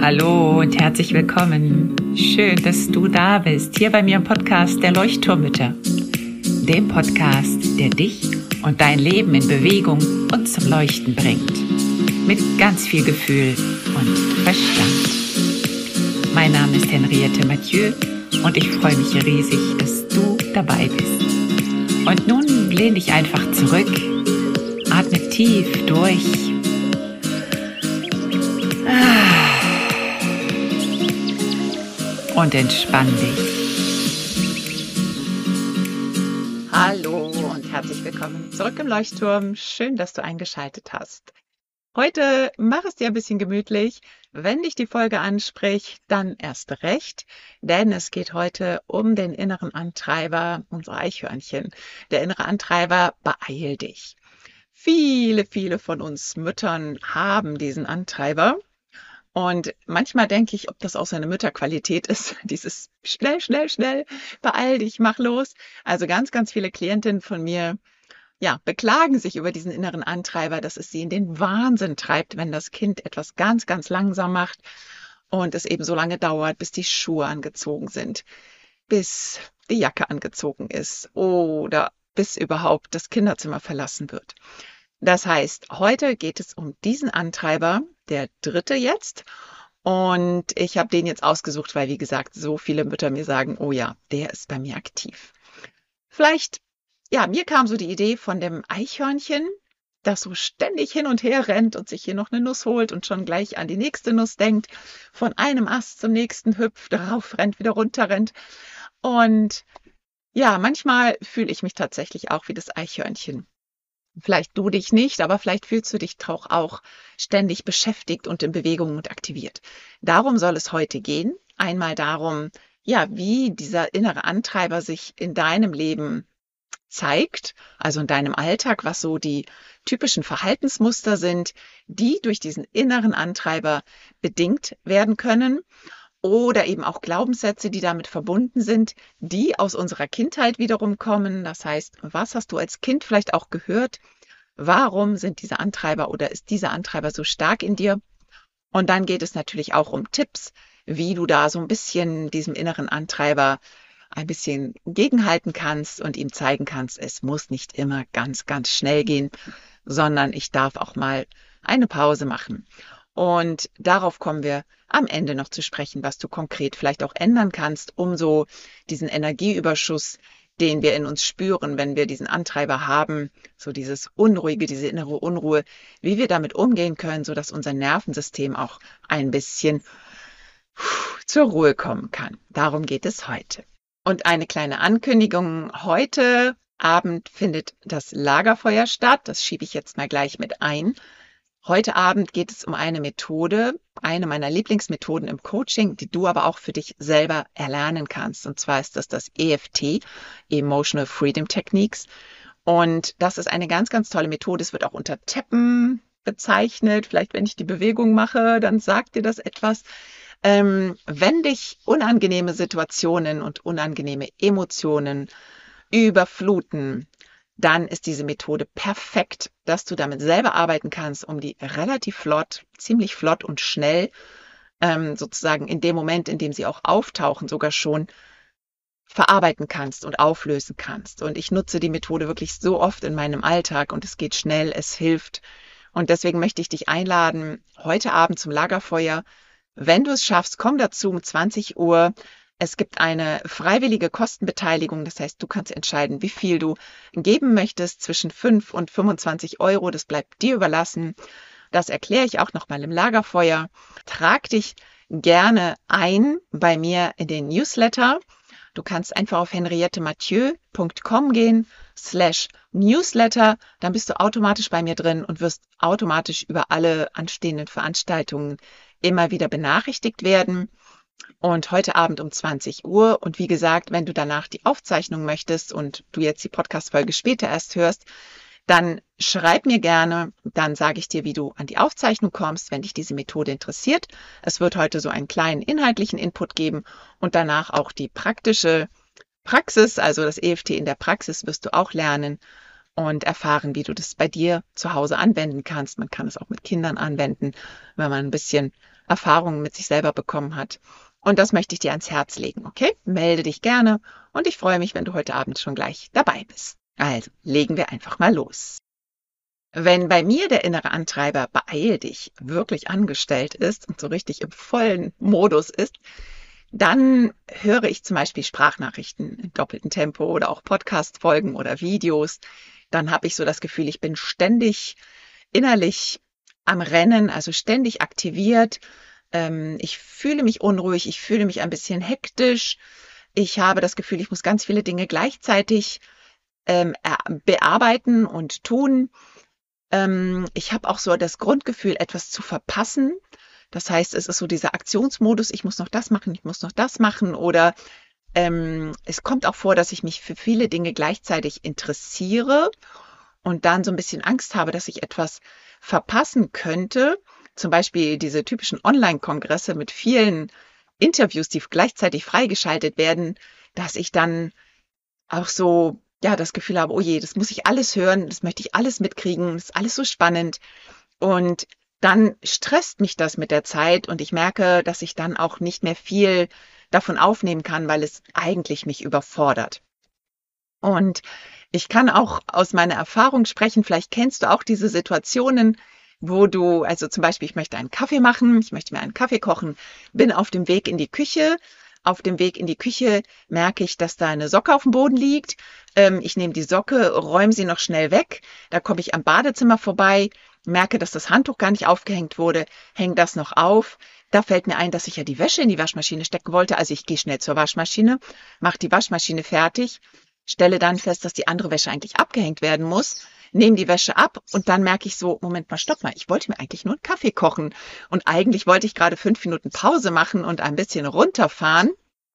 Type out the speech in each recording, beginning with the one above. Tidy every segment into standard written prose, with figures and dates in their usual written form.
Hallo und herzlich willkommen. Schön, dass du da bist, hier bei mir im Podcast der Leuchtturmmütter. Dem Podcast, der dich und dein Leben in Bewegung und zum Leuchten bringt. Mit ganz viel Gefühl und Verstand. Mein Name ist Henriette Mathieu und ich freue mich riesig, dass du dabei bist. Und nun lehn dich einfach zurück, atme tief durch. Und entspann dich. Hallo und herzlich willkommen zurück im Leuchtturm. Schön, dass du eingeschaltet hast. Heute mach es dir ein bisschen gemütlich. Wenn dich die Folge anspricht, dann erst recht, denn es geht heute um den inneren Antreiber, unser Eichhörnchen. Der innere Antreiber, beeil dich. Viele von uns Müttern haben diesen Antreiber. Und manchmal denke ich, ob das auch so eine Mütterqualität ist, dieses schnell, beeil dich, mach los. Also ganz viele Klientinnen von mir, beklagen sich über diesen inneren Antreiber, dass es sie in den Wahnsinn treibt, wenn das Kind etwas ganz langsam macht und es eben so lange dauert, bis die Schuhe angezogen sind, bis die Jacke angezogen ist oder bis überhaupt das Kinderzimmer verlassen wird. Das heißt, heute geht es um diesen Antreiber, der dritte jetzt. Und ich habe den jetzt ausgesucht, weil, wie gesagt, so viele Mütter mir sagen, oh ja, der ist bei mir aktiv. Vielleicht, mir kam so die Idee von dem Eichhörnchen, das so ständig hin und her rennt und sich hier noch eine Nuss holt und schon gleich an die nächste Nuss denkt, von einem Ast zum nächsten hüpft, darauf rennt, wieder runter rennt. Und ja, manchmal fühle ich mich tatsächlich auch wie das Eichhörnchen. Vielleicht du dich nicht, aber vielleicht fühlst du dich auch ständig beschäftigt und in Bewegung und aktiviert. Darum soll es heute gehen. Einmal darum, wie dieser innere Antreiber sich in deinem Leben zeigt, also in deinem Alltag, was so die typischen Verhaltensmuster sind, die durch diesen inneren Antreiber bedingt werden können. Oder eben auch Glaubenssätze, die damit verbunden sind, die aus unserer Kindheit wiederum kommen. Das heißt, was hast du als Kind vielleicht auch gehört? Warum sind diese Antreiber oder ist dieser Antreiber so stark in dir? Und dann geht es natürlich auch um Tipps, wie du da so ein bisschen diesem inneren Antreiber ein bisschen gegenhalten kannst und ihm zeigen kannst, es muss nicht immer ganz schnell gehen, sondern ich darf auch mal eine Pause machen. Und darauf kommen wir am Ende noch zu sprechen, was du konkret vielleicht auch ändern kannst, um so diesen Energieüberschuss, den wir in uns spüren, wenn wir diesen Antreiber haben, so dieses Unruhige, diese innere Unruhe, wie wir damit umgehen können, sodass unser Nervensystem auch ein bisschen zur Ruhe kommen kann. Darum geht es heute. Und eine kleine Ankündigung, heute Abend findet das Lagerfeuer statt, das schiebe ich jetzt mal gleich mit ein. Heute Abend geht es um eine Methode, eine meiner Lieblingsmethoden im Coaching, die du aber auch für dich selber erlernen kannst. Und zwar ist das EFT, Emotional Freedom Techniques. Und das ist eine ganz tolle Methode. Es wird auch unter Tappen bezeichnet. Vielleicht, wenn ich die Bewegung mache, dann sagt dir das etwas. Wenn dich unangenehme Situationen und unangenehme Emotionen überfluten, dann ist diese Methode perfekt, dass du damit selber arbeiten kannst, um die relativ flott, ziemlich flott und schnell, sozusagen in dem Moment, in dem sie auch auftauchen, sogar schon verarbeiten kannst und auflösen kannst. Und ich nutze die Methode wirklich so oft in meinem Alltag und es geht schnell, es hilft. Und deswegen möchte ich dich einladen, heute Abend zum Lagerfeuer. Wenn du es schaffst, komm dazu um 20 Uhr. Es gibt eine freiwillige Kostenbeteiligung, das heißt, du kannst entscheiden, wie viel du geben möchtest, zwischen 5 und 25 Euro, das bleibt dir überlassen. Das erkläre ich auch nochmal im Lagerfeuer. Trag dich gerne ein bei mir in den Newsletter. Du kannst einfach auf henriettemathieu.com gehen, /Newsletter, dann bist du automatisch bei mir drin und wirst automatisch über alle anstehenden Veranstaltungen immer wieder benachrichtigt werden. Und heute Abend um 20 Uhr. Und wie gesagt, wenn du danach die Aufzeichnung möchtest und du jetzt die Podcast-Folge später erst hörst, dann schreib mir gerne, dann sage ich dir, wie du an die Aufzeichnung kommst, wenn dich diese Methode interessiert. Es wird heute so einen kleinen inhaltlichen Input geben und danach auch die praktische Praxis, also das EFT in der Praxis wirst du auch lernen. und erfahren, wie du das bei dir zu Hause anwenden kannst. Man kann es auch mit Kindern anwenden, wenn man ein bisschen Erfahrung mit sich selber bekommen hat. Und das möchte ich dir ans Herz legen, okay? Melde dich gerne und ich freue mich, wenn du heute Abend schon gleich dabei bist. Also, legen wir einfach mal los. Wenn bei mir der innere Antreiber beeil dich wirklich angestellt ist und so richtig im vollen Modus ist, dann höre ich zum Beispiel Sprachnachrichten im doppelten Tempo oder auch Podcast-Folgen oder Videos. Dann habe ich so das Gefühl, ich bin ständig innerlich am Rennen, also ständig aktiviert. Ich fühle mich unruhig, ich fühle mich ein bisschen hektisch. Ich habe das Gefühl, ich muss ganz viele Dinge gleichzeitig bearbeiten und tun. Ich habe auch so das Grundgefühl, etwas zu verpassen. Das heißt, es ist so dieser Aktionsmodus, ich muss noch das machen, ich muss noch das machen. Oder es kommt auch vor, dass ich mich für viele Dinge gleichzeitig interessiere und dann so ein bisschen Angst habe, dass ich etwas verpassen könnte. Zum Beispiel diese typischen Online-Kongresse mit vielen Interviews, die gleichzeitig freigeschaltet werden, dass ich dann auch so, ja, das Gefühl habe, oh je, das muss ich alles hören, das möchte ich alles mitkriegen, das ist alles so spannend. Und dann stresst mich das mit der Zeit und ich merke, dass ich dann auch nicht mehr viel davon aufnehmen kann, weil es eigentlich mich überfordert. Und ich kann auch aus meiner Erfahrung sprechen, vielleicht kennst du auch diese Situationen, wo du, also zum Beispiel, ich möchte einen Kaffee machen, ich möchte mir einen Kaffee kochen, bin auf dem Weg in die Küche. Auf dem Weg in die Küche merke ich, dass da eine Socke auf dem Boden liegt. Ich nehme die Socke, räume sie noch schnell weg. Da komme ich am Badezimmer vorbei, merke, dass das Handtuch gar nicht aufgehängt wurde, hänge das noch auf. Da fällt mir ein, dass ich ja die Wäsche in die Waschmaschine stecken wollte. Also ich gehe schnell zur Waschmaschine, mache die Waschmaschine fertig, stelle dann fest, dass die andere Wäsche eigentlich abgehängt werden muss, nehme die Wäsche ab und dann merke ich so, Moment mal, stopp mal, ich wollte mir eigentlich nur einen Kaffee kochen und eigentlich wollte ich gerade 5 Minuten Pause machen und ein bisschen runterfahren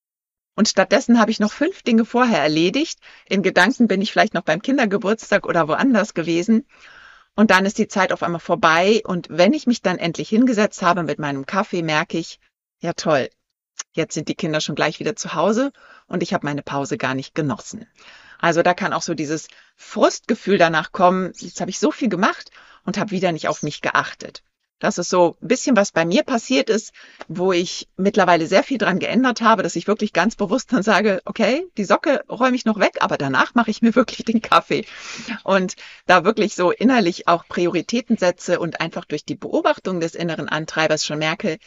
und stattdessen habe ich noch 5 Dinge vorher erledigt. In Gedanken bin ich vielleicht noch beim Kindergeburtstag oder woanders gewesen und dann ist die Zeit auf einmal vorbei und wenn ich mich dann endlich hingesetzt habe mit meinem Kaffee, merke ich, ja toll, jetzt sind die Kinder schon gleich wieder zu Hause und ich habe meine Pause gar nicht genossen. Also da kann auch so dieses Frustgefühl danach kommen, jetzt habe ich so viel gemacht und habe wieder nicht auf mich geachtet. Das ist so ein bisschen, was bei mir passiert ist, wo ich mittlerweile sehr viel dran geändert habe, dass ich wirklich ganz bewusst dann sage, okay, die Socke räume ich noch weg, aber danach mache ich mir wirklich den Kaffee. Und da wirklich so innerlich auch Prioritäten setze und einfach durch die Beobachtung des inneren Antreibers schon merke,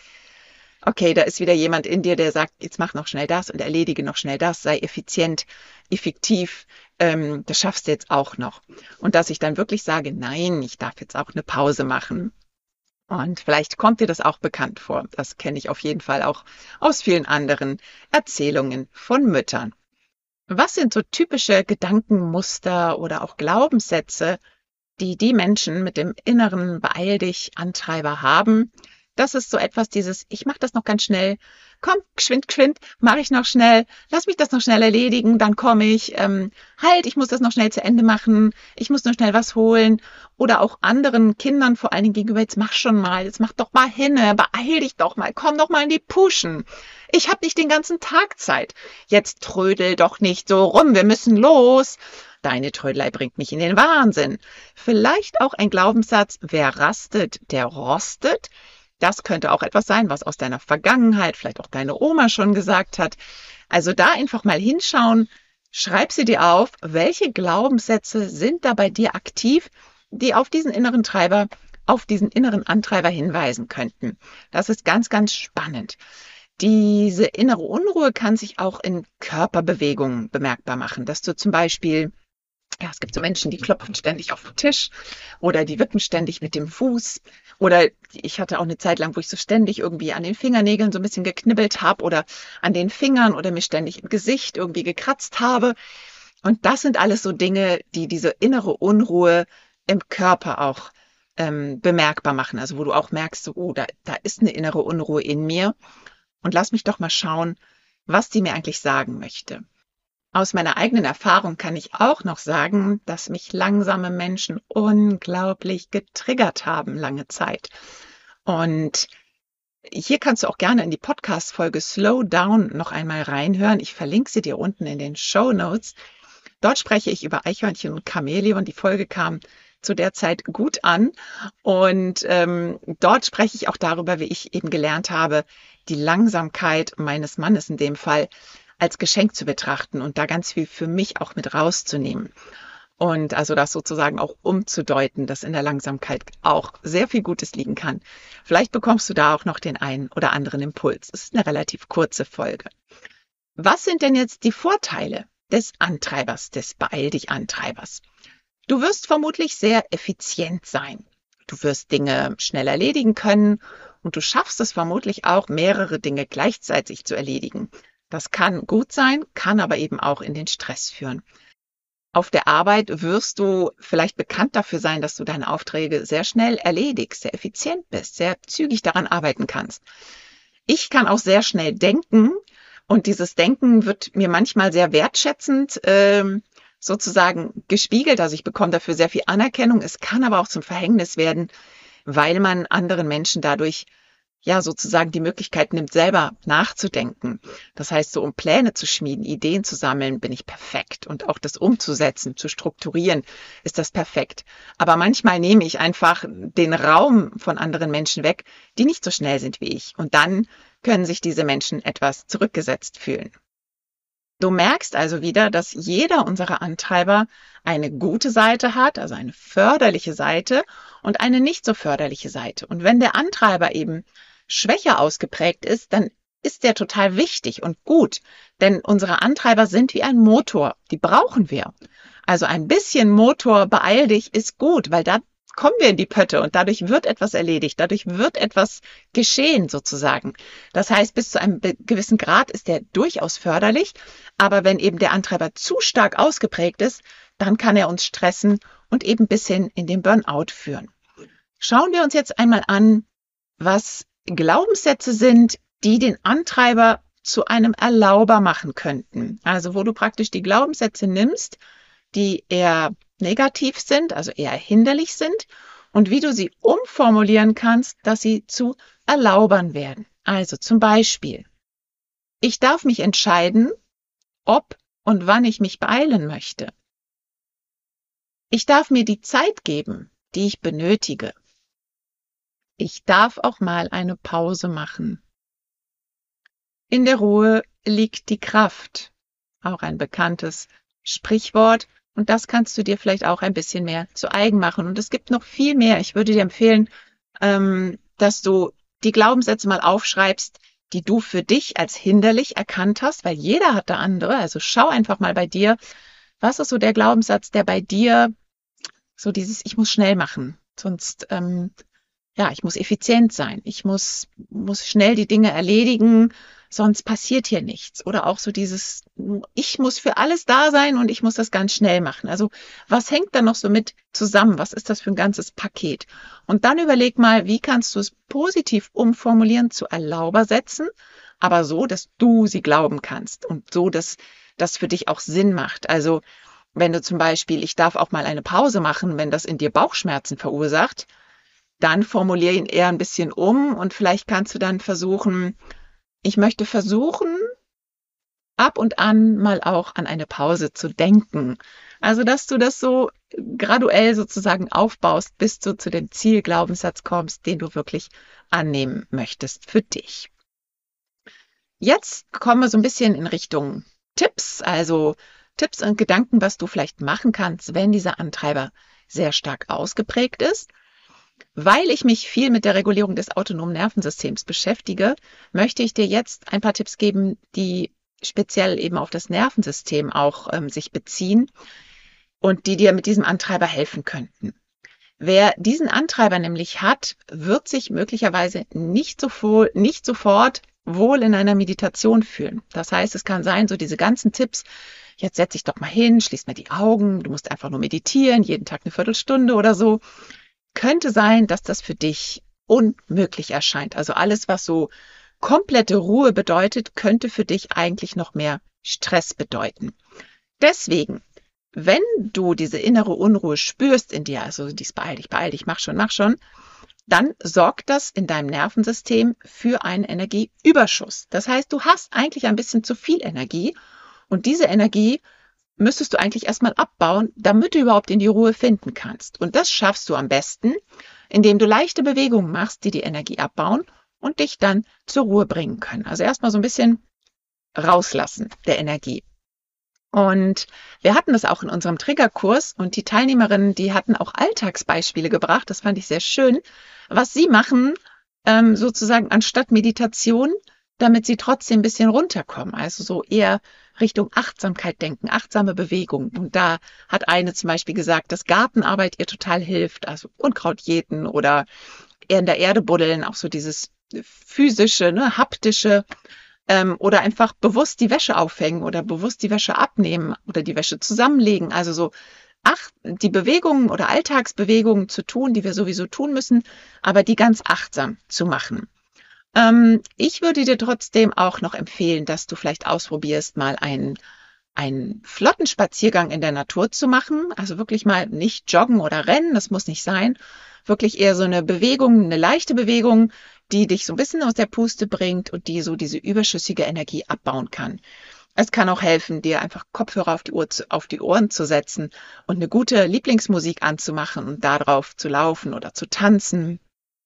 okay, da ist wieder jemand in dir, der sagt, jetzt mach noch schnell das und erledige noch schnell das, sei effizient, effektiv, das schaffst du jetzt auch noch. Und dass ich dann wirklich sage, nein, ich darf jetzt auch eine Pause machen. Und vielleicht kommt dir das auch bekannt vor. Das kenne ich auf jeden Fall auch aus vielen anderen Erzählungen von Müttern. Was sind so typische Gedankenmuster oder auch Glaubenssätze, die die Menschen mit dem inneren Beeil dich Antreiber haben? Das ist so etwas dieses, ich mache das noch ganz schnell, komm, geschwind, geschwind, mache ich noch schnell, lass mich das noch schnell erledigen, dann komme ich, halt, ich muss das noch schnell zu Ende machen, ich muss noch schnell was holen. Oder auch anderen Kindern vor allen Dingen gegenüber, jetzt mach schon mal, jetzt mach doch mal hin, beeil dich doch mal, komm doch mal in die Puschen. Ich habe nicht den ganzen Tag Zeit. Jetzt trödel doch nicht so rum, wir müssen los. Deine Trödelei bringt mich in den Wahnsinn. Vielleicht auch ein Glaubenssatz, wer rastet, der rostet. Das könnte auch etwas sein, was aus deiner Vergangenheit, vielleicht auch deine Oma schon gesagt hat. Also da einfach mal hinschauen, schreib sie dir auf, welche Glaubenssätze sind da bei dir aktiv, die auf diesen inneren Treiber, auf diesen inneren Antreiber hinweisen könnten. Das ist ganz, ganz spannend. Diese innere Unruhe kann sich auch in Körperbewegungen bemerkbar machen, dass du zum Beispiel, ja, es gibt so Menschen, die klopfen ständig auf den Tisch oder die wippen ständig mit dem Fuß. Oder ich hatte auch eine Zeit lang, wo ich so ständig irgendwie an den Fingernägeln so ein bisschen geknibbelt habe oder an den Fingern oder mir ständig im Gesicht irgendwie gekratzt habe. Und das sind alles so Dinge, die diese innere Unruhe im Körper auch bemerkbar machen. Also wo du auch merkst, so, oh, da ist eine innere Unruhe in mir. Und lass mich doch mal schauen, was die mir eigentlich sagen möchte. Aus meiner eigenen Erfahrung kann ich auch noch sagen, dass mich langsame Menschen unglaublich getriggert haben lange Zeit. Und hier kannst du auch gerne in die Podcast-Folge Slow Down noch einmal reinhören. Ich verlinke sie dir unten in den Show Notes. Dort spreche ich über Eichhörnchen und Chamäleon. Die Folge kam zu der Zeit gut an. Und dort spreche ich auch darüber, wie ich eben gelernt habe, die Langsamkeit meines Mannes in dem Fall als Geschenk zu betrachten und da ganz viel für mich auch mit rauszunehmen. Und also das sozusagen auch umzudeuten, dass in der Langsamkeit auch sehr viel Gutes liegen kann. Vielleicht bekommst du da auch noch den einen oder anderen Impuls. Es ist eine relativ kurze Folge. Was sind denn jetzt die Vorteile des Antreibers, des Beeil-dich-Antreibers? Du wirst vermutlich sehr effizient sein. Du wirst Dinge schnell erledigen können und du schaffst es vermutlich auch, mehrere Dinge gleichzeitig zu erledigen. Das kann gut sein, kann aber eben auch in den Stress führen. Auf der Arbeit wirst du vielleicht bekannt dafür sein, dass du deine Aufträge sehr schnell erledigst, sehr effizient bist, sehr zügig daran arbeiten kannst. Ich kann auch sehr schnell denken und dieses Denken wird mir manchmal sehr wertschätzend sozusagen gespiegelt. Also ich bekomme dafür sehr viel Anerkennung. Es kann aber auch zum Verhängnis werden, weil man anderen Menschen dadurch ja sozusagen die Möglichkeit nimmt, selber nachzudenken. Das heißt, so um Pläne zu schmieden, Ideen zu sammeln, bin ich perfekt. Und auch das umzusetzen, zu strukturieren, ist das perfekt. Aber manchmal nehme ich einfach den Raum von anderen Menschen weg, die nicht so schnell sind wie ich. Und dann können sich diese Menschen etwas zurückgesetzt fühlen. Du merkst also wieder, dass jeder unserer Antreiber eine gute Seite hat, also eine förderliche Seite und eine nicht so förderliche Seite. Und wenn der Antreiber eben schwächer ausgeprägt ist, dann ist der total wichtig und gut, denn unsere Antreiber sind wie ein Motor, die brauchen wir. Also ein bisschen Motor, beeil dich, ist gut, weil da kommen wir in die Pötte und dadurch wird etwas erledigt, dadurch wird etwas geschehen sozusagen. Das heißt, bis zu einem gewissen Grad ist der durchaus förderlich, aber wenn eben der Antreiber zu stark ausgeprägt ist, dann kann er uns stressen und eben bis hin in den Burnout führen. Schauen wir uns jetzt einmal an, was Glaubenssätze sind, die den Antreiber zu einem Erlauber machen könnten. Also wo du praktisch die Glaubenssätze nimmst, die eher negativ sind, also eher hinderlich sind, und wie du sie umformulieren kannst, dass sie zu Erlaubern werden. Also zum Beispiel, ich darf mich entscheiden, ob und wann ich mich beeilen möchte. Ich darf mir die Zeit geben, die ich benötige. Ich darf auch mal eine Pause machen. In der Ruhe liegt die Kraft. Auch ein bekanntes Sprichwort. Und das kannst du dir vielleicht auch ein bisschen mehr zu eigen machen. Und es gibt noch viel mehr. Ich würde dir empfehlen, dass du die Glaubenssätze mal aufschreibst, die du für dich als hinderlich erkannt hast, weil jeder hat da andere. Also schau einfach mal bei dir, was ist so der Glaubenssatz, der bei dir so dieses, ich muss schnell machen, sonst ich muss effizient sein, ich muss schnell die Dinge erledigen, sonst passiert hier nichts. Oder auch so dieses, ich muss für alles da sein und ich muss das ganz schnell machen. Also was hängt da noch so mit zusammen? Was ist das für ein ganzes Paket? Und dann überleg mal, wie kannst du es positiv umformulieren, zu Erlauber setzen, aber so, dass du sie glauben kannst und so, dass das für dich auch Sinn macht. Also wenn du zum Beispiel, ich darf auch mal eine Pause machen, wenn das in dir Bauchschmerzen verursacht, dann formuliere ihn eher ein bisschen um und vielleicht kannst du dann versuchen, ich möchte versuchen, ab und an mal auch an eine Pause zu denken. Also, dass du das so graduell sozusagen aufbaust, bis du zu dem Zielglaubenssatz kommst, den du wirklich annehmen möchtest für dich. Jetzt kommen wir so ein bisschen in Richtung Tipps, also Tipps und Gedanken, was du vielleicht machen kannst, wenn dieser Antreiber sehr stark ausgeprägt ist. Weil ich mich viel mit der Regulierung des autonomen Nervensystems beschäftige, möchte ich dir jetzt ein paar Tipps geben, die speziell eben auf das Nervensystem auch sich beziehen und die dir mit diesem Antreiber helfen könnten. Wer diesen Antreiber nämlich hat, wird sich möglicherweise nicht sofort wohl in einer Meditation fühlen. Das heißt, es kann sein, so diese ganzen Tipps, jetzt setz dich doch mal hin, schließ mal die Augen, du musst einfach nur meditieren, jeden Tag eine Viertelstunde oder so. Könnte sein, dass das für dich unmöglich erscheint. Also alles, was so komplette Ruhe bedeutet, könnte für dich eigentlich noch mehr Stress bedeuten. Deswegen, wenn du diese innere Unruhe spürst in dir, also dies beeil dich, mach schon, dann sorgt das in deinem Nervensystem für einen Energieüberschuss. Das heißt, du hast eigentlich ein bisschen zu viel Energie und diese Energie müsstest du eigentlich erstmal abbauen, damit du überhaupt in die Ruhe finden kannst. Und das schaffst du am besten, indem du leichte Bewegungen machst, die die Energie abbauen und dich dann zur Ruhe bringen können. Also erstmal so ein bisschen rauslassen der Energie. Und wir hatten das auch in unserem Triggerkurs und die Teilnehmerinnen, die hatten auch Alltagsbeispiele gebracht. Das fand ich sehr schön, was sie machen, sozusagen anstatt Meditation, damit sie trotzdem ein bisschen runterkommen. Also so eher Richtung Achtsamkeit denken, achtsame Bewegung. Und da hat eine zum Beispiel gesagt, dass Gartenarbeit ihr total hilft, also Unkraut jäten oder eher in der Erde buddeln, auch so dieses physische, ne, haptische, oder einfach bewusst die Wäsche aufhängen oder bewusst die Wäsche abnehmen oder die Wäsche zusammenlegen. Also so die Bewegungen oder Alltagsbewegungen zu tun, die wir sowieso tun müssen, aber die ganz achtsam zu machen. Ich würde dir trotzdem auch noch empfehlen, dass du vielleicht ausprobierst, mal einen flotten Spaziergang in der Natur zu machen. Also wirklich mal nicht joggen oder rennen, das muss nicht sein. Wirklich eher so eine Bewegung, eine leichte Bewegung, die dich so ein bisschen aus der Puste bringt und die so diese überschüssige Energie abbauen kann. Es kann auch helfen, dir einfach Kopfhörer auf die Ohren zu setzen und eine gute Lieblingsmusik anzumachen und darauf zu laufen oder zu tanzen.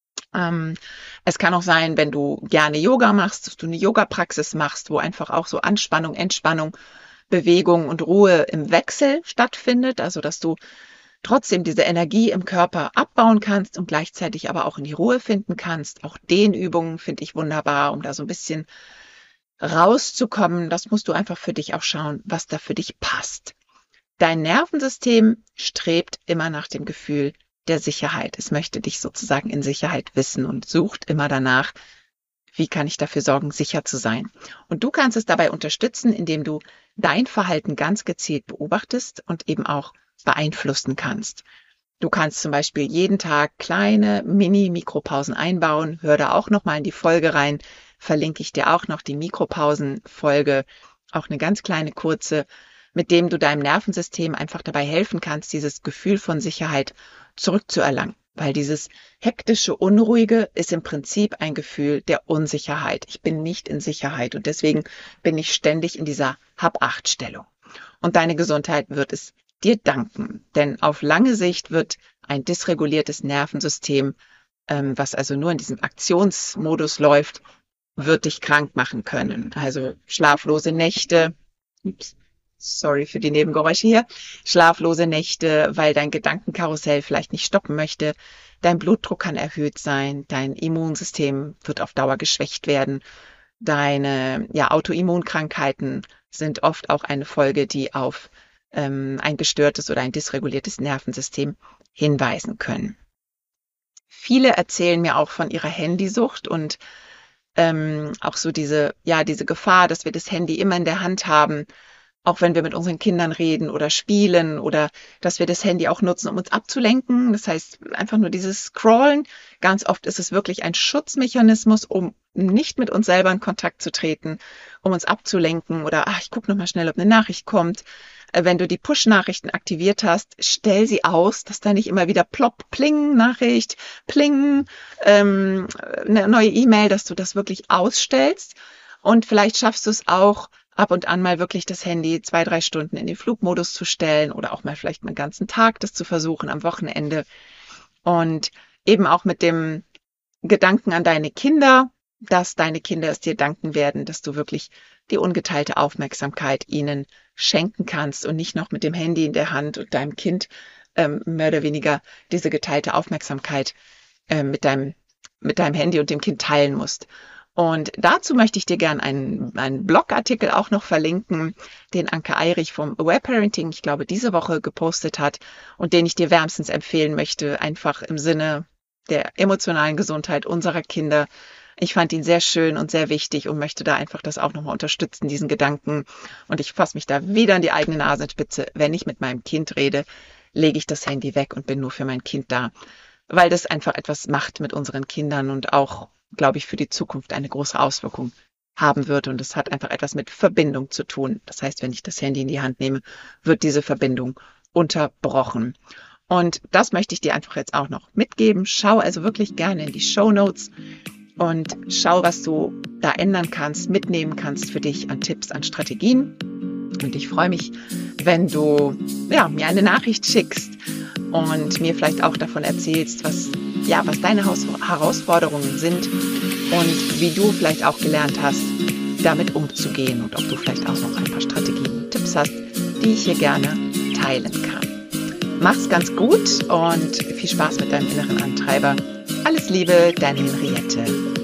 Es kann auch sein, wenn du gerne Yoga machst, dass du eine Yoga-Praxis machst, wo einfach auch so Anspannung, Entspannung, Bewegung und Ruhe im Wechsel stattfindet. Also dass du trotzdem diese Energie im Körper abbauen kannst und gleichzeitig aber auch in die Ruhe finden kannst. Auch Dehnübungen finde ich wunderbar, um da so ein bisschen rauszukommen. Das musst du einfach für dich auch schauen, was da für dich passt. Dein Nervensystem strebt immer nach dem Gefühl der Sicherheit. Es möchte dich sozusagen in Sicherheit wissen und sucht immer danach, wie kann ich dafür sorgen, sicher zu sein. Und du kannst es dabei unterstützen, indem du dein Verhalten ganz gezielt beobachtest und eben auch beeinflussen kannst. Du kannst zum Beispiel jeden Tag kleine Mini-Mikropausen einbauen. Hör da auch nochmal in die Folge rein. Verlinke ich dir auch noch die Mikropausen-Folge, auch eine ganz kleine kurze, mit dem du deinem Nervensystem einfach dabei helfen kannst, dieses Gefühl von Sicherheit zurückzuerlangen. Weil dieses hektische, unruhige ist im Prinzip ein Gefühl der Unsicherheit. Ich bin nicht in Sicherheit und deswegen bin ich ständig in dieser Hab-Acht-Stellung. Und deine Gesundheit wird es dir danken, denn auf lange Sicht wird ein dysreguliertes Nervensystem, was also nur in diesem Aktionsmodus läuft, wird dich krank machen können. Also schlaflose Nächte, sorry für die Nebengeräusche hier, schlaflose Nächte, weil dein Gedankenkarussell vielleicht nicht stoppen möchte, dein Blutdruck kann erhöht sein, dein Immunsystem wird auf Dauer geschwächt werden, deine Autoimmunkrankheiten sind oft auch eine Folge, die auf ein gestörtes oder ein dysreguliertes Nervensystem hinweisen können. Viele erzählen mir auch von ihrer Handysucht und auch so diese Gefahr, dass wir das Handy immer in der Hand haben, auch wenn wir mit unseren Kindern reden oder spielen oder dass wir das Handy auch nutzen, um uns abzulenken. Das heißt, einfach nur dieses Scrollen. Ganz oft ist es wirklich ein Schutzmechanismus, um nicht mit uns selber in Kontakt zu treten, um uns abzulenken oder ich gucke noch mal schnell, ob eine Nachricht kommt. Wenn du die Push-Nachrichten aktiviert hast, stell sie aus, dass da nicht immer wieder plopp, pling, Nachricht, pling, eine neue E-Mail, dass du das wirklich ausstellst. Und vielleicht schaffst du es auch, ab und an mal wirklich das Handy 2-3 Stunden in den Flugmodus zu stellen oder auch mal vielleicht einen ganzen Tag das zu versuchen am Wochenende. Und eben auch mit dem Gedanken an deine Kinder, dass deine Kinder es dir danken werden, dass du wirklich die ungeteilte Aufmerksamkeit ihnen schenken kannst und nicht noch mit dem Handy in der Hand und deinem Kind mehr oder weniger diese geteilte Aufmerksamkeit mit deinem Handy und dem Kind teilen musst. Und dazu möchte ich dir gerne einen Blogartikel auch noch verlinken, den Anke Eirich vom Aware Parenting, ich glaube, diese Woche gepostet hat und den ich dir wärmstens empfehlen möchte, einfach im Sinne der emotionalen Gesundheit unserer Kinder. Ich fand ihn sehr schön und sehr wichtig und möchte da einfach das auch nochmal unterstützen, diesen Gedanken. Und ich fasse mich da wieder an die eigene Nasenspitze. Wenn ich mit meinem Kind rede, lege ich das Handy weg und bin nur für mein Kind da, weil das einfach etwas macht mit unseren Kindern und auch, glaube ich, für die Zukunft eine große Auswirkung haben wird. Und es hat einfach etwas mit Verbindung zu tun. Das heißt, wenn ich das Handy in die Hand nehme, wird diese Verbindung unterbrochen. Und das möchte ich dir einfach jetzt auch noch mitgeben. Schau also wirklich gerne in die Shownotes und schau, was du da ändern kannst, mitnehmen kannst für dich an Tipps, an Strategien. Und ich freue mich, wenn du mir eine Nachricht schickst und mir vielleicht auch davon erzählst, was deine Herausforderungen sind und wie du vielleicht auch gelernt hast, damit umzugehen und ob du vielleicht auch noch ein paar Strategien und Tipps hast, die ich hier gerne teilen kann. Mach's ganz gut und viel Spaß mit deinem inneren Antreiber. Alles Liebe, deine Henriette.